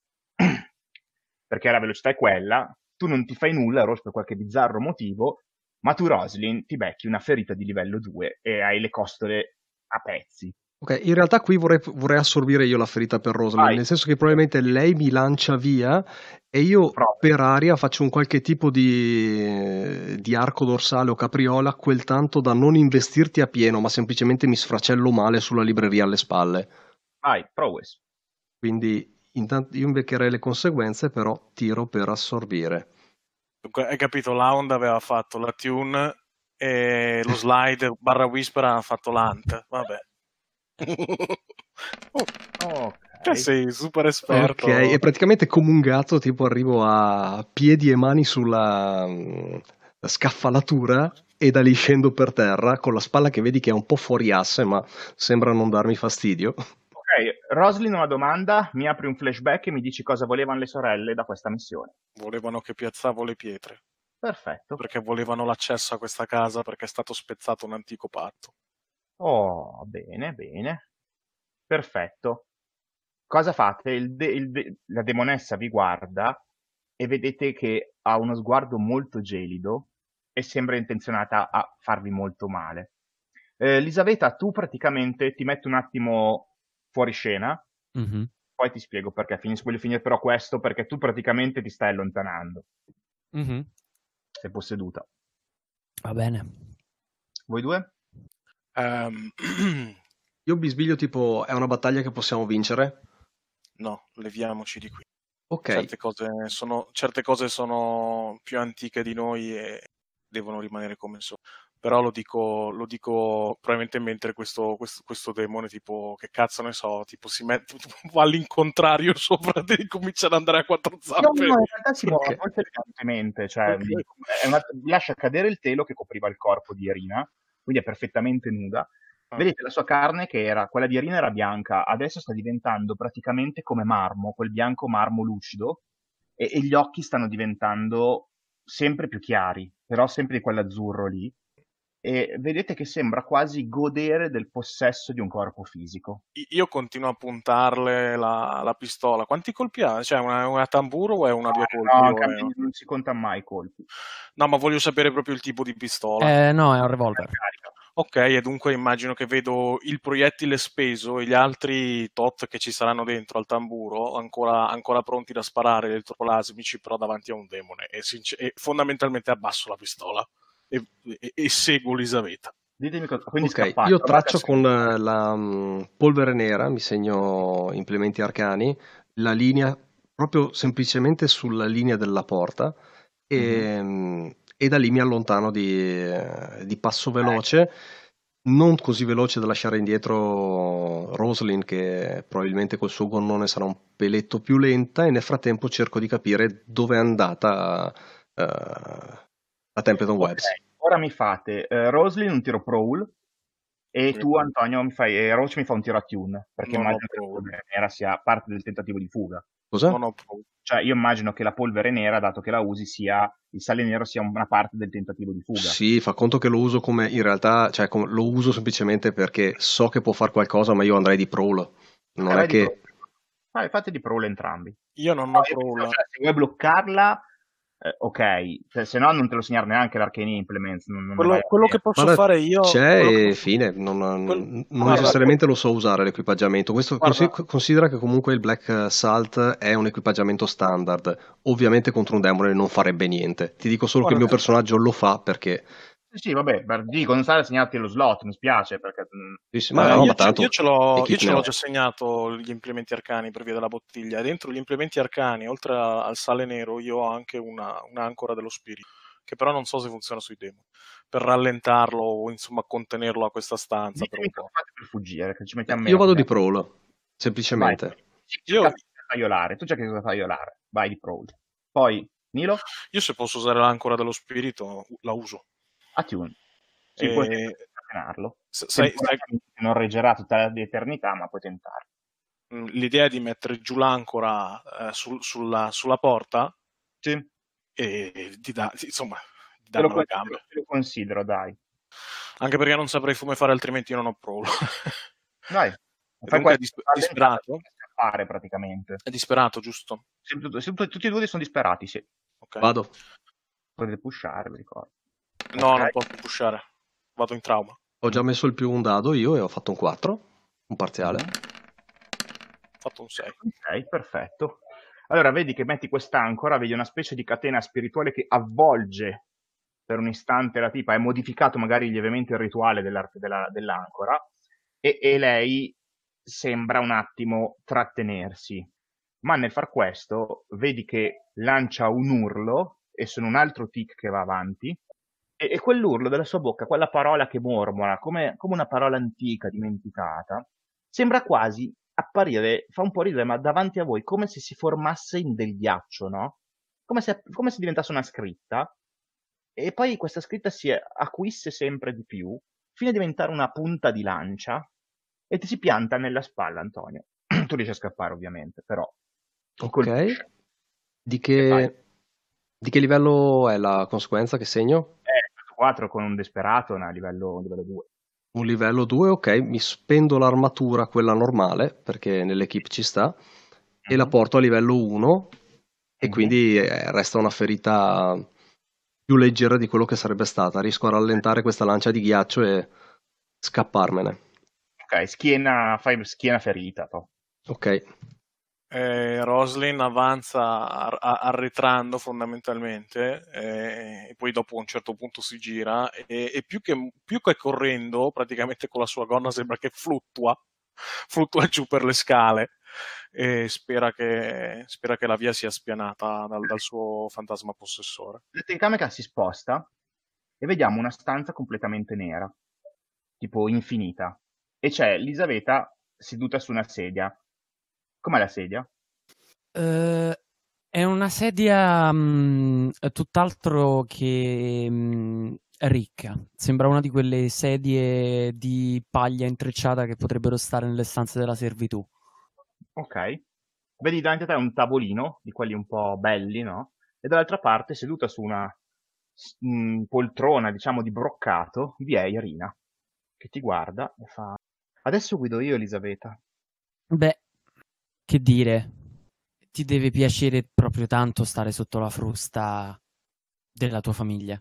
perché la velocità è quella, tu non ti fai nulla, Roach, per qualche bizzarro motivo, ma tu, Roslyn, ti becchi una ferita di livello 2 e hai le costole a pezzi. Ok, in realtà qui vorrei assorbire io la ferita per Roslyn, nel senso che probabilmente lei mi lancia via e io per aria faccio un qualche tipo di arco dorsale o capriola, quel tanto da non investirti a pieno, ma semplicemente mi sfracello male sulla libreria alle spalle. Vai, prowess. Quindi intanto io inveccherei le conseguenze, però tiro per assorbire. Dunque, hai capito, la Honda aveva fatto la tune e lo slide / whisper ha fatto l'ant, vabbè. Okay. Sei super esperto. Ok, e praticamente come un gatto tipo arrivo a piedi e mani sulla scaffalatura e da lì scendo per terra con la spalla che vedi che è un po' fuori asse ma sembra non darmi fastidio. Ok, Roslyn, una domanda, mi apri un flashback e mi dici cosa volevano le sorelle da questa missione. Volevano che piazzavo le pietre. Perfetto. Perché volevano l'accesso a questa casa perché è stato spezzato un antico patto. Oh, bene. Perfetto. Cosa fate? La demonessa vi guarda e vedete che ha uno sguardo molto gelido e sembra intenzionata a farvi molto male. Elisabetta, tu praticamente ti metti un attimo fuori scena, poi ti spiego perché. Voglio finire però questo perché tu praticamente ti stai allontanando. Sei posseduta. Va bene. Voi due? Io bisbiglio tipo, è una battaglia che possiamo vincere? No, leviamoci di qui. Ok. Certe cose sono più antiche di noi e devono rimanere come sono. Però lo dico probabilmente mentre questo demone, tipo, che cazzo ne so, tipo si mette, va all'incontrario sopra e comincia ad andare a quattro zampe. No, in realtà si muove molto elegantemente, cioè lascia cadere il telo che copriva il corpo di Irina, quindi è perfettamente nuda. Vedete la sua carne, che era quella di Irina, era bianca, adesso sta diventando praticamente come marmo, quel bianco marmo lucido, e gli occhi stanno diventando sempre più chiari, però sempre di quell'azzurro lì. E vedete che sembra quasi godere del possesso di un corpo fisico. Io continuo a puntarle la pistola. Quanti colpi ha? Cioè, una tamburo o è una due colpi? No, non si conta mai i colpi. No, ma voglio sapere proprio il tipo di pistola. No, è un revolver. Ok, e dunque immagino che vedo il proiettile speso e gli altri tot che ci saranno dentro al tamburo ancora pronti da sparare elettrolasmici, però davanti a un demone. E fondamentalmente abbasso la pistola e seguo Elisabetta. Ditemi quindi ok, io traccio con la polvere nera, mi segno implementi arcani, la linea proprio semplicemente sulla linea della porta e da lì mi allontano di passo veloce, non così veloce da lasciare indietro Rosalind, che probabilmente col suo gonnone sarà un peletto più lenta, e nel frattempo cerco di capire dove è andata la Templeton Webs. Ora mi fate Rosalind un tiro prowl e tu, Antonio, Roach mi fa un tiro a tune, perché immagino che la polvere nera sia parte del tentativo di fuga. Cosa? Non ho prowl. Cioè, io immagino che la polvere nera, dato che la usi, il sale nero sia una parte del tentativo di fuga. Sì, fa conto che lo uso come, in realtà, cioè lo uso semplicemente perché so che può fare qualcosa, ma io andrei di prowl. Non è che... Fate di prowl entrambi. Io non ho prowl. Cioè, se vuoi bloccarla, ok, se no non te lo segnare neanche l'Arcane Implements. Quello che posso fare io c'è e fine, non necessariamente lo so usare l'equipaggiamento. Questo considera che comunque il Black Salt è un equipaggiamento standard. Ovviamente contro un demone non farebbe niente. Ti dico solo che il mio personaggio lo fa perché... Sì, vabbè, dico, non sai segnarti lo slot, mi spiace perché... Sì, ma no, io ce l'ho già segnato gli implementi arcani per via della bottiglia. Dentro gli implementi arcani, oltre al sale nero, io ho anche un'ancora dello spirito, che però non so se funziona sui demoni, per rallentarlo o insomma contenerlo a questa stanza. Per un po'. Per fuggire, che ci mettiamo io vado di prowl, semplicemente. Tu cerchi cosa tagliolare, vai di prowl. Poi, Nilo? Io se posso usare l'ancora dello spirito, la uso. Attune. Sì, puoi tentarlo. Non reggerà tutta l'eternità, ma puoi tentarlo. L'idea è di mettere giù l'ancora sulla porta, sì, e di darmi le gambe. Lo considero, dai. Anche perché non saprei come fare, altrimenti io non ho prowl. Dai. È disperato? Scappare praticamente. È disperato, giusto? Tutti e due sono disperati, sì. Okay. Vado. Potete pushare, vi ricordo. No, okay. Non posso pushare. Vado in trauma. Ho già messo il più un dado io e ho fatto un 4, un parziale. Ho fatto un 6. Ok, perfetto. Allora, vedi che metti quest'ancora, vedi una specie di catena spirituale che avvolge per un istante la tipa, è modificato magari lievemente il rituale dell'ancora, e lei sembra un attimo trattenersi. Ma nel far questo, vedi che lancia un urlo, e sono un altro tic che va avanti, e quell'urlo della sua bocca, quella parola che mormora, come una parola antica, dimenticata, sembra quasi apparire, fa un po' ridere, ma davanti a voi, come se si formasse in del ghiaccio, no? Come se diventasse una scritta, e poi questa scritta si acuisse sempre di più, fino a diventare una punta di lancia, e ti si pianta nella spalla, Antonio. Tu riesci a scappare, ovviamente, però... Ok. Di che livello è la conseguenza che segno? 4 con un desperato a livello 2. Un livello 2, ok, mi spendo l'armatura, quella normale, perché nell'equipe ci sta, e la porto a livello 1, e quindi resta una ferita più leggera di quello che sarebbe stata. Riesco a rallentare questa lancia di ghiaccio e scapparmene. Ok, fai schiena ferita. Ok. Roslin avanza arretrando fondamentalmente, e poi dopo a un certo punto si gira e più che correndo, praticamente con la sua gonna sembra che fluttua giù per le scale e spera che la via sia spianata dal suo fantasma possessore. La telecamera si sposta e vediamo una stanza completamente nera, tipo infinita, e c'è Elisabetta seduta su una sedia. Com'è la sedia? È una sedia tutt'altro che ricca. Sembra una di quelle sedie di paglia intrecciata che potrebbero stare nelle stanze della servitù. Ok. Vedi davanti a te un tavolino, di quelli un po' belli, no? E dall'altra parte, seduta su una poltrona, diciamo, di broccato, vi è Irina, che ti guarda e fa: adesso guido io, Elisabetta. Beh, che dire, ti deve piacere proprio tanto stare sotto la frusta della tua famiglia.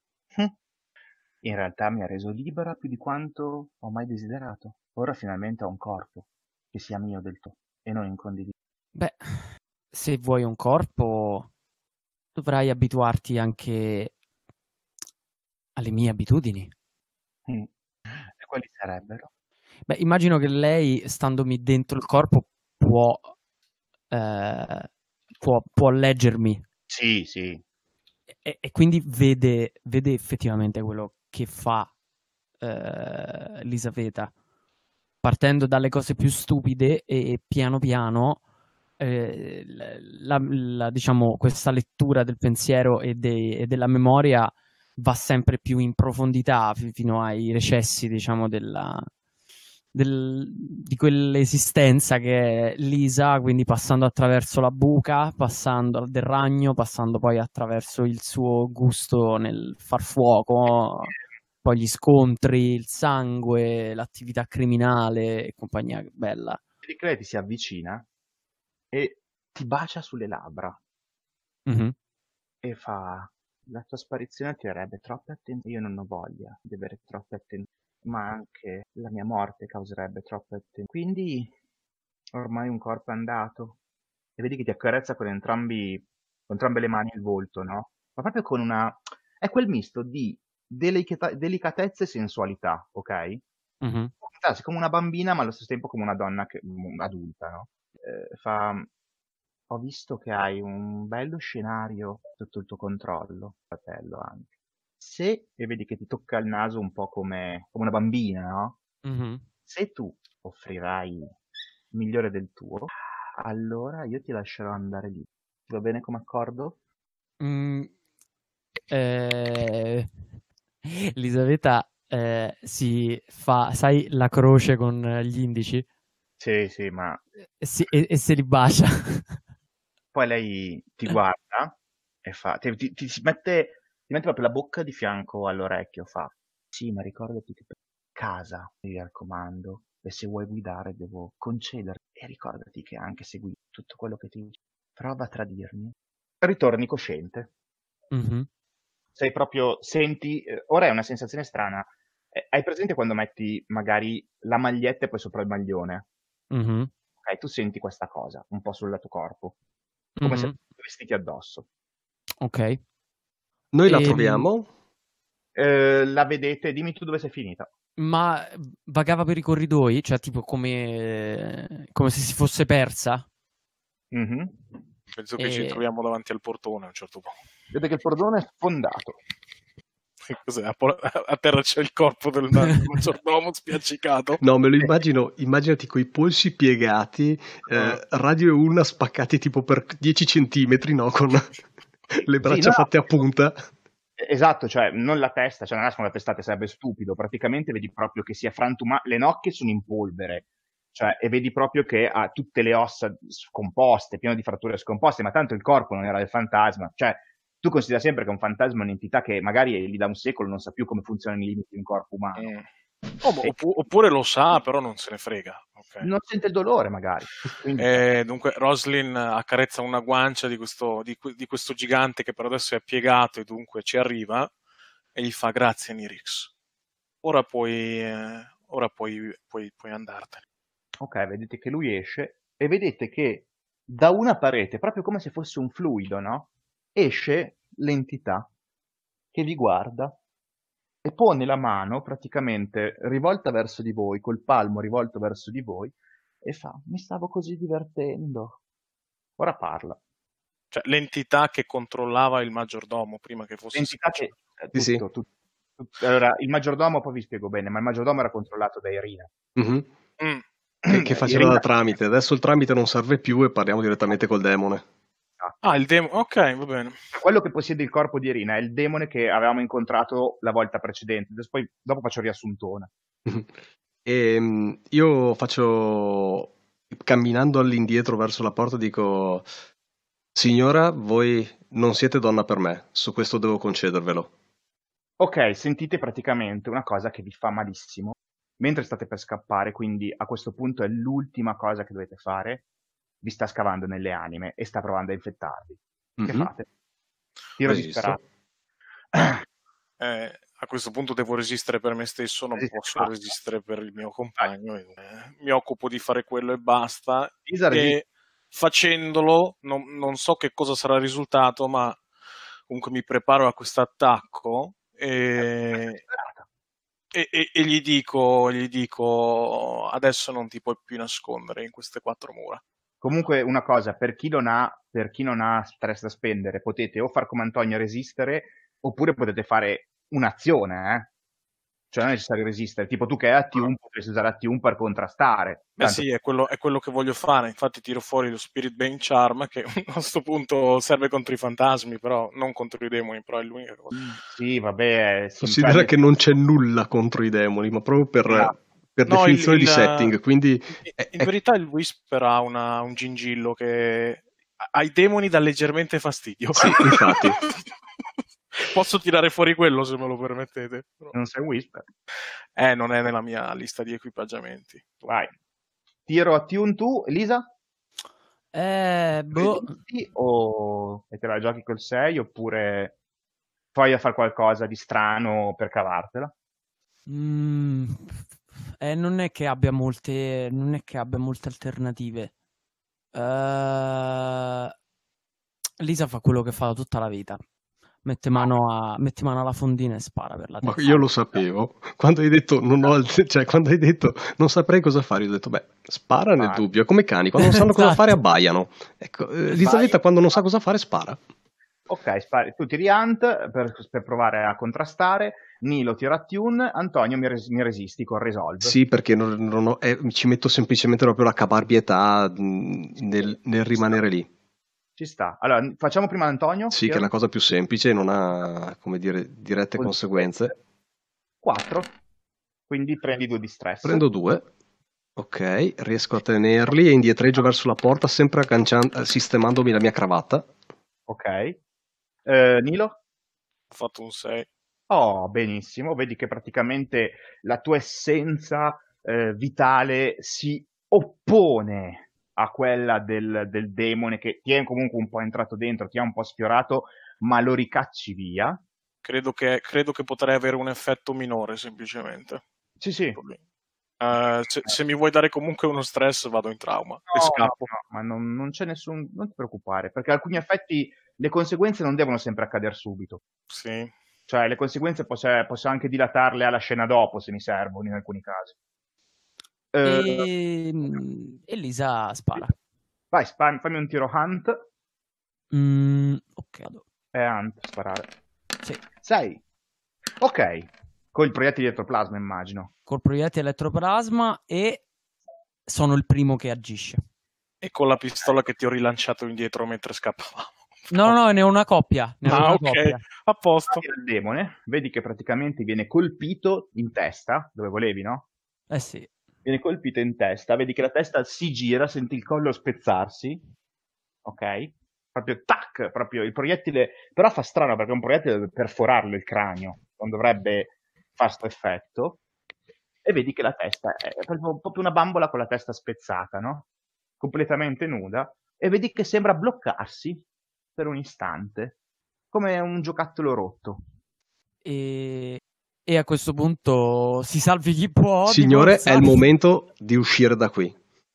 In realtà mi ha reso libera più di quanto ho mai desiderato. Ora finalmente ho un corpo che sia mio del tutto e non in condivisione. Beh, se vuoi un corpo, dovrai abituarti anche alle mie abitudini. E quali sarebbero? Beh, immagino che lei, standomi dentro il corpo, può leggermi. Sì, sì. E quindi vede effettivamente quello che fa Elisabetta, partendo dalle cose più stupide e piano piano diciamo, questa lettura del pensiero e della memoria va sempre più in profondità fino ai recessi, diciamo, di quell'esistenza che è Lisa, quindi passando attraverso la buca, passando del ragno, passando poi attraverso il suo gusto nel far fuoco, poi gli scontri, il sangue, l'attività criminale e compagnia bella. Vedi che lei ti si avvicina e ti bacia sulle labbra. Mm-hmm. E fa: la tua sparizione attirerebbe troppe attenzioni, io non ho voglia di avere troppe attenzioni, ma anche la mia morte causerebbe troppe attenzioni. Quindi ormai un corpo è andato e vedi che ti accarezza con entrambe le mani il volto, no? Ma proprio con una... è quel misto di delicatezza e sensualità, ok? Mm-hmm. Come una bambina ma allo stesso tempo come una donna adulta, no? Fa: ho visto che hai un bello scenario sotto il tuo controllo, fratello, anche. Se, e vedi che ti tocca il naso un po' come una bambina, no? Mm-hmm. Se tu offrirai il migliore del tuo, allora io ti lascerò andare lì. Va bene come accordo? Elisabetta si fa, sai, la croce con gli indici? Sì, sì, ma E se li bacia. poi lei ti guarda e fa, si mette proprio la bocca di fianco all'orecchio, fa: sì, ma ricordati che per casa devi al comando e se vuoi guidare devo concederti. E ricordati che anche se guidi tutto quello che ti dice, prova a tradirmi. Ritorni cosciente. Mm-hmm. Sei proprio, senti, ora è una sensazione strana. Hai presente quando metti magari la maglietta e poi sopra il maglione? Mm-hmm. Ok, tu senti questa cosa un po' sul tuo corpo, come se fossero vestiti addosso. Ok. Noi la troviamo? La vedete, dimmi tu dove sei finita. Ma vagava per i corridoi? Cioè tipo come se si fosse persa? Mm-hmm. Penso che ci troviamo davanti al portone a un certo punto. Vedete che il portone è sfondato. Cos'è? A terra c'è il corpo del maggiordomo spiaccicato. No, me lo immagino, immaginati coi polsi piegati, radio e ulna spaccati tipo per 10 centimetri, no? Con le braccia fatte a punta. Esatto, cioè non la testa, cioè non è come la testata, sarebbe stupido. Praticamente vedi proprio che si è frantumato, le nocche sono in polvere, cioè, e vedi proprio che ha tutte le ossa scomposte, pieno di fratture scomposte, ma tanto il corpo non era del fantasma, cioè tu consideri sempre che un fantasma è un'entità che magari gli da un secolo non sa più come funzionano i limiti di un corpo umano. Oppure lo sa, però non se ne frega. Okay. Non sente il dolore, magari. Dunque, Roslin accarezza una guancia di questo gigante che per adesso è piegato e dunque ci arriva e gli fa: grazie, Nirix. Ora puoi andartene. Ok, vedete che lui esce e vedete che da una parete, proprio come se fosse un fluido, no? Esce l'entità che vi guarda e pone la mano praticamente rivolta verso di voi, col palmo rivolto verso di voi, e fa: mi stavo così divertendo. Ora parla. Cioè, l'entità che controllava il maggiordomo prima che fosse... L'entità che... Sì. Allora, il maggiordomo, poi vi spiego bene, ma il maggiordomo era controllato da Irina. Mm-hmm. Che faceva Irina... da tramite. Adesso il tramite non serve più e parliamo direttamente col demone. Ah, il demone, ok, va bene. Quello che possiede il corpo di Irina è il demone che avevamo incontrato la volta precedente. Dopo faccio il riassuntone. E io faccio, camminando all'indietro verso la porta, dico: signora, voi non siete donna per me, su questo devo concedervelo. Ok, sentite praticamente una cosa che vi fa malissimo mentre state per scappare, quindi a questo punto è l'ultima cosa che dovete fare. Vi sta scavando nelle anime e sta provando a infettarvi. Che fate? Tiro disperato. A questo punto devo resistere per me stesso, non posso resistere per il mio compagno. Mi occupo di fare quello e basta. E facendolo, non so che cosa sarà il risultato, ma comunque mi preparo a questo attacco e gli dico: adesso non ti puoi più nascondere in queste 4 mura. Comunque una cosa, per chi non ha stress da spendere, potete o far come Antonio resistere, oppure potete fare un'azione, Cioè non è necessario resistere, tipo tu che hai At1 potresti usare At1 per contrastare. Sì, è quello che voglio fare, infatti tiro fuori lo Spirit Bane Charm, che a questo punto serve contro i fantasmi, però non contro i demoni, però è l'unica cosa. Sì, vabbè. Considera che non c'è nulla contro i demoni, ma proprio per definizione di setting, quindi... In verità il Whisper ha un gingillo che ai demoni dà leggermente fastidio. Sì, infatti. Posso tirare fuori quello, se me lo permettete. Non sei Whisper? Non è nella mia lista di equipaggiamenti. Vai. Tiro Attune tu, Elisa? O e te la giochi col 6, oppure poi a fare qualcosa di strano per cavartela? Non è che abbia molte alternative. Lisa fa quello che fa da tutta la vita. Mette mano alla fondina e spara per la testa. Ma io lo sapevo. Quando hai detto quando hai detto non saprei cosa fare, io ho detto spara nel dubbio, è come cani, quando non sanno cosa fare abbaiano. Ecco, Elisabetta quando non sa cosa fare spara. Ok, spari. Tu tiri Ant per provare a contrastare, Nilo tira Attune, Antonio mi resisti con Resolve. Sì, perché ci metto semplicemente proprio la caparbietà nel rimanere lì. Ci sta. Allora, facciamo prima Antonio. Sì, che è una cosa più semplice, non ha, come dire, dirette conseguenze. 4. Quindi prendi 2 di stress. Prendo 2. Ok, riesco a tenerli e indietreggio verso la porta, sempre sistemandomi la mia cravatta. Ok. Nilo? Ho fatto un 6. Oh, benissimo. Vedi che praticamente la tua essenza vitale si oppone a quella del demone che ti è comunque un po' entrato dentro, ti ha un po' sfiorato, ma lo ricacci via. Credo che potrei avere un effetto minore, semplicemente. Sì. Se mi vuoi dare comunque uno stress, vado in trauma e scappo. No, ma non c'è nessun... Non ti preoccupare, perché alcuni effetti, le conseguenze non devono sempre accadere subito. Sì. Cioè, le conseguenze posso anche dilatarle alla scena dopo, se mi servono, in alcuni casi. Elisa spara. Vai, fammi un tiro Hunt. Ok. È Hunt, sparare. Sì. 6. Ok. Col proiettile elettroplasma, immagino. Col proiettile elettroplasma e sono il primo che agisce. E con la pistola che ti ho rilanciato indietro mentre scappavamo. No, ne ho una coppia. Coppia. A posto. Il demone, vedi che praticamente viene colpito in testa, dove volevi, no? Sì. Viene colpito in testa, vedi che la testa si gira, senti il collo spezzarsi, ok? Proprio tac, proprio il proiettile, però fa strano perché un proiettile deve perforarlo il cranio, non dovrebbe fare sto effetto, e vedi che la testa è proprio una bambola con la testa spezzata, no? Completamente nuda, e vedi che sembra bloccarsi per un istante, come un giocattolo rotto. E a questo punto si salvi chi può. Signore, è il momento di uscire da qui.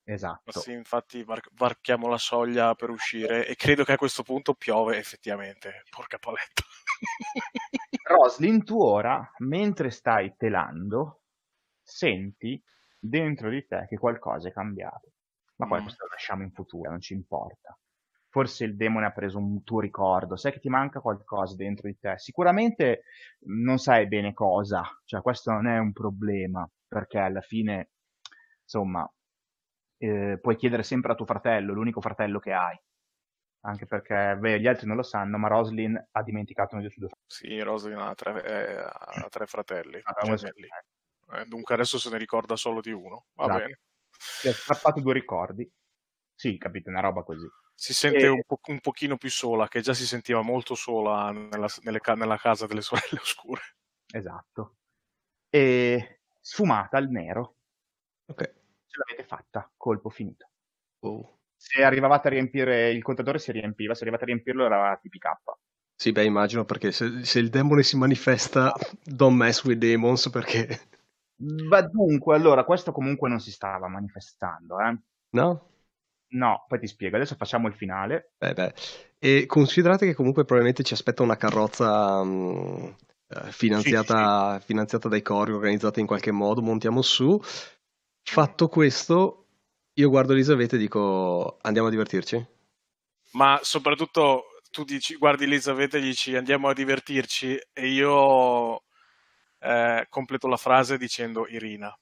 Esatto. Sì, infatti varchiamo la soglia per uscire e credo che a questo punto piove effettivamente. Porca paletta. Roslyn, tu ora, mentre stai telando, senti dentro di te che qualcosa è cambiato. Ma poi questo lo lasciamo in futuro, non ci importa. Forse il demone ha preso un tuo ricordo, sai che ti manca qualcosa dentro di te. Sicuramente non sai bene cosa, cioè questo non è un problema, perché alla fine, insomma, puoi chiedere sempre a tuo fratello, l'unico fratello che hai. Anche perché gli altri non lo sanno, ma Roslyn ha dimenticato uno dei suoi due fratelli. Sì, Roslyn ha tre fratelli gemelli. Dunque adesso se ne ricorda solo di uno. Va bene. Si è strappato 2 ricordi. Sì, capite, una roba così. Si sente un pochino più sola, che già si sentiva molto sola nella casa delle sorelle oscure. Esatto. E sfumata al nero. Ok. Ce l'avete fatta, colpo finito. Oh. Se arrivavate a riempire, il contatore si riempiva, se arrivate a riempirlo era TPK. Sì, beh, immagino, perché se il demone si manifesta, don't mess with demons, perché... Beh, dunque, allora, questo comunque non si stava manifestando, No? No, poi ti spiego, adesso facciamo il finale. Beh. E considerate che comunque probabilmente ci aspetta una carrozza finanziata dai cori, organizzata in qualche modo, montiamo su. Fatto questo, io guardo Elisabetta e dico, andiamo a divertirci? Ma soprattutto tu guardi Elisabetta e dici andiamo a divertirci e io completo la frase dicendo Irina.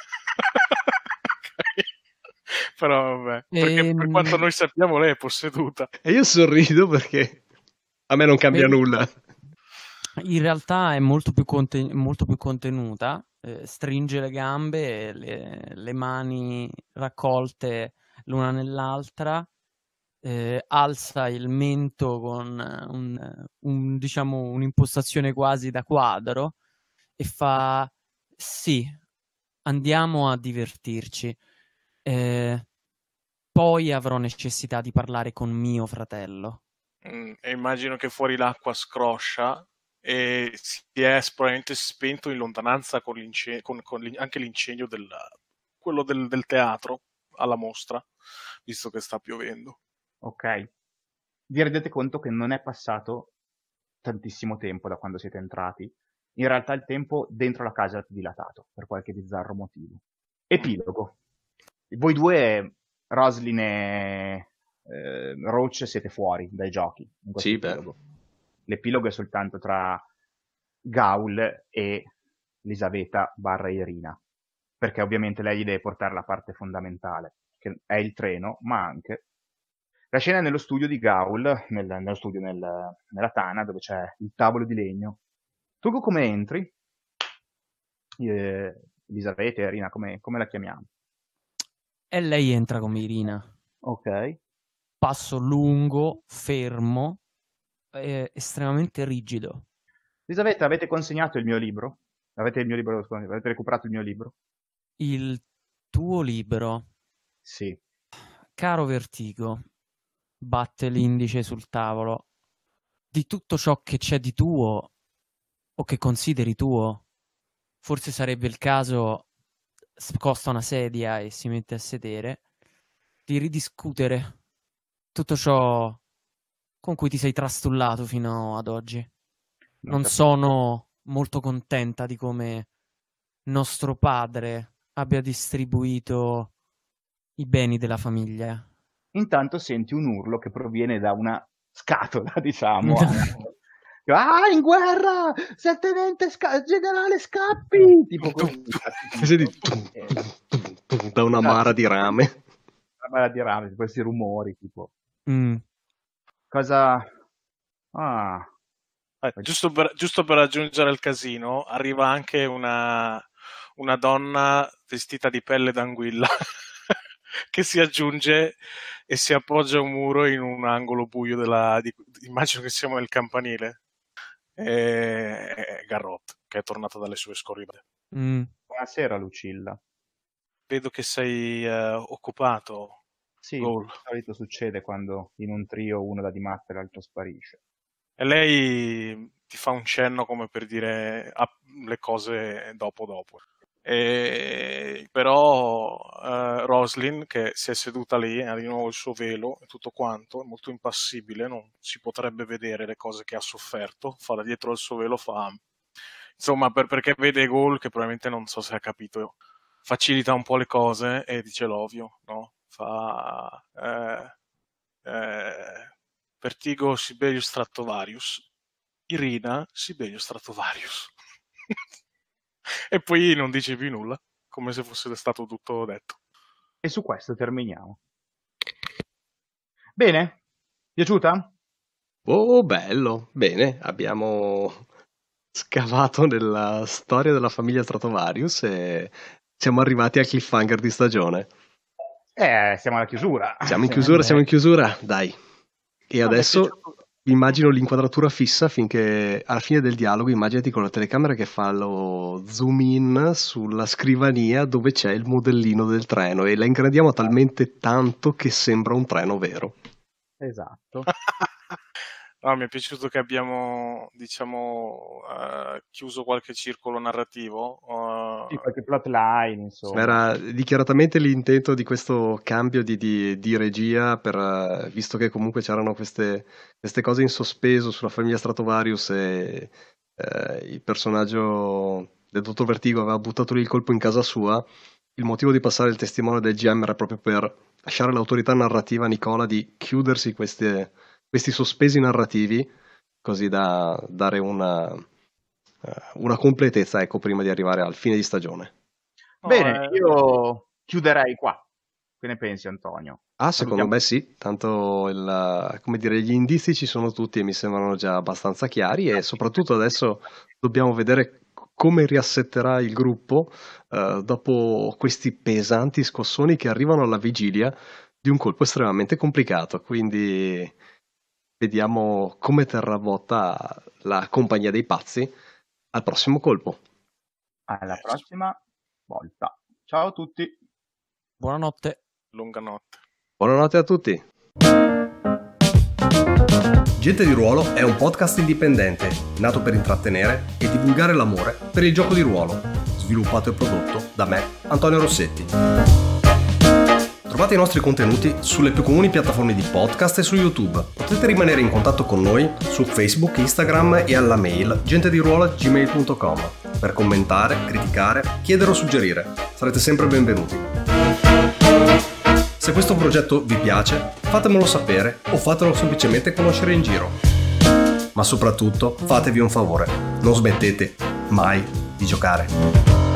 Però vabbè, perché per quanto noi sappiamo lei è posseduta. E io sorrido perché a me non cambia nulla. In realtà è molto più contenuta, stringe le gambe, le mani raccolte l'una nell'altra, alza il mento con diciamo, un'impostazione quasi da quadro e fa sì, andiamo a divertirci. Poi avrò necessità di parlare con mio fratello. E immagino che fuori l'acqua scroscia e si è probabilmente spento in lontananza con anche l'incendio quello del teatro alla mostra, visto che sta piovendo. Ok. Vi rendete conto che non è passato tantissimo tempo da quando siete entrati. In realtà il tempo dentro la casa è dilatato per qualche bizzarro motivo. Epilogo. Voi due, Roslyn e Roach, siete fuori dai giochi in questo epilogo. L'epilogo è soltanto tra Gaul e Elisabetta / Irina, perché ovviamente lei gli deve portare la parte fondamentale, che è il treno, ma anche la scena è nello studio di Gaul, nello studio nella tana, dove c'è il tavolo di legno. Tu come entri? Elisabetta, Irina, come la chiamiamo? E lei entra come Irina. Ok. Passo lungo, fermo, estremamente rigido. Elisabetta, avete consegnato il mio libro? Avete recuperato il mio libro? Il tuo libro? Sì. Caro Vertigo, batte l'indice sul tavolo. Di tutto ciò che c'è di tuo o che consideri tuo, forse sarebbe il caso, sposta una sedia e si mette a sedere, di ridiscutere tutto ciò con cui ti sei trastullato fino ad oggi. Non sono molto contenta di come nostro padre abbia distribuito i beni della famiglia. Intanto senti un urlo che proviene da una scatola, diciamo. In guerra! Tenente generale scappi! Tipo così. Da una mara di rame. Una mara di rame, questi rumori, tipo. Cosa... Giusto per aggiungere al casino, arriva anche una donna vestita di pelle d'anguilla che si aggiunge e si appoggia a un muro in un angolo buio immagino che siamo nel campanile. È Garrot, che è tornata dalle sue scorribande. Buonasera, Lucilla. Vedo che sei occupato. Sì, di solito succede quando in un trio uno dà di matto e l'altro sparisce. E lei ti fa un cenno come per dire le cose dopo. Però Roslyn, che si è seduta lì, ha di nuovo il suo velo e tutto quanto, è molto impassibile, non si potrebbe vedere le cose che ha sofferto, fa da dietro al suo velo, insomma, perché vede Gaul, che probabilmente non so se ha capito, facilita un po' le cose e dice l'ovvio, no? Fa Vertigo Sibelius Stratovarius, Irina Sibelius Stratovarius. E poi non dice più nulla, come se fosse stato tutto detto. E su questo terminiamo. Bene? Piaciuta? Oh, bello. Bene, abbiamo scavato nella storia della famiglia Stratovarius e siamo arrivati al cliffhanger di stagione. Siamo alla chiusura. Siamo in chiusura, dai. E adesso immagino l'inquadratura fissa finché alla fine del dialogo, immaginati con la telecamera che fa lo zoom in sulla scrivania dove c'è il modellino del treno e la ingrandiamo talmente tanto che sembra un treno vero. Esatto. No, mi è piaciuto che abbiamo, diciamo, chiuso qualche circolo narrativo. Sì, qualche plotline, insomma. Era dichiaratamente l'intento di questo cambio di regia, visto che comunque c'erano queste cose in sospeso sulla famiglia Stratovarius e il personaggio del Dottor Vertigo aveva buttato lì il colpo in casa sua. Il motivo di passare il testimone del GM era proprio per lasciare l'autorità narrativa a Nicola di chiudersi questi sospesi narrativi, così da dare una completezza, ecco, prima di arrivare al fine di stagione. Bene, io chiuderei qua. Che ne pensi, Antonio? Secondo me sì, tanto come dire, gli indizi ci sono tutti e mi sembrano già abbastanza chiari e soprattutto adesso dobbiamo vedere come riassetterà il gruppo dopo questi pesanti scossoni che arrivano alla vigilia di un colpo estremamente complicato, quindi vediamo come terrà botta la compagnia dei pazzi al prossimo colpo. Alla prossima volta. Ciao a tutti. Buonanotte. Lunga notte. Buonanotte a tutti. Gente di Ruolo è un podcast indipendente, nato per intrattenere e divulgare l'amore per il gioco di ruolo, sviluppato e prodotto da me, Antonio Rossetti. Trovate i nostri contenuti sulle più comuni piattaforme di podcast e su YouTube. Potete rimanere in contatto con noi su Facebook, Instagram e alla mail gentediruolo@gmail.com per commentare, criticare, chiedere o suggerire. Sarete sempre benvenuti. Se questo progetto vi piace, fatemelo sapere o fatelo semplicemente conoscere in giro. Ma soprattutto, fatevi un favore, non smettete mai di giocare.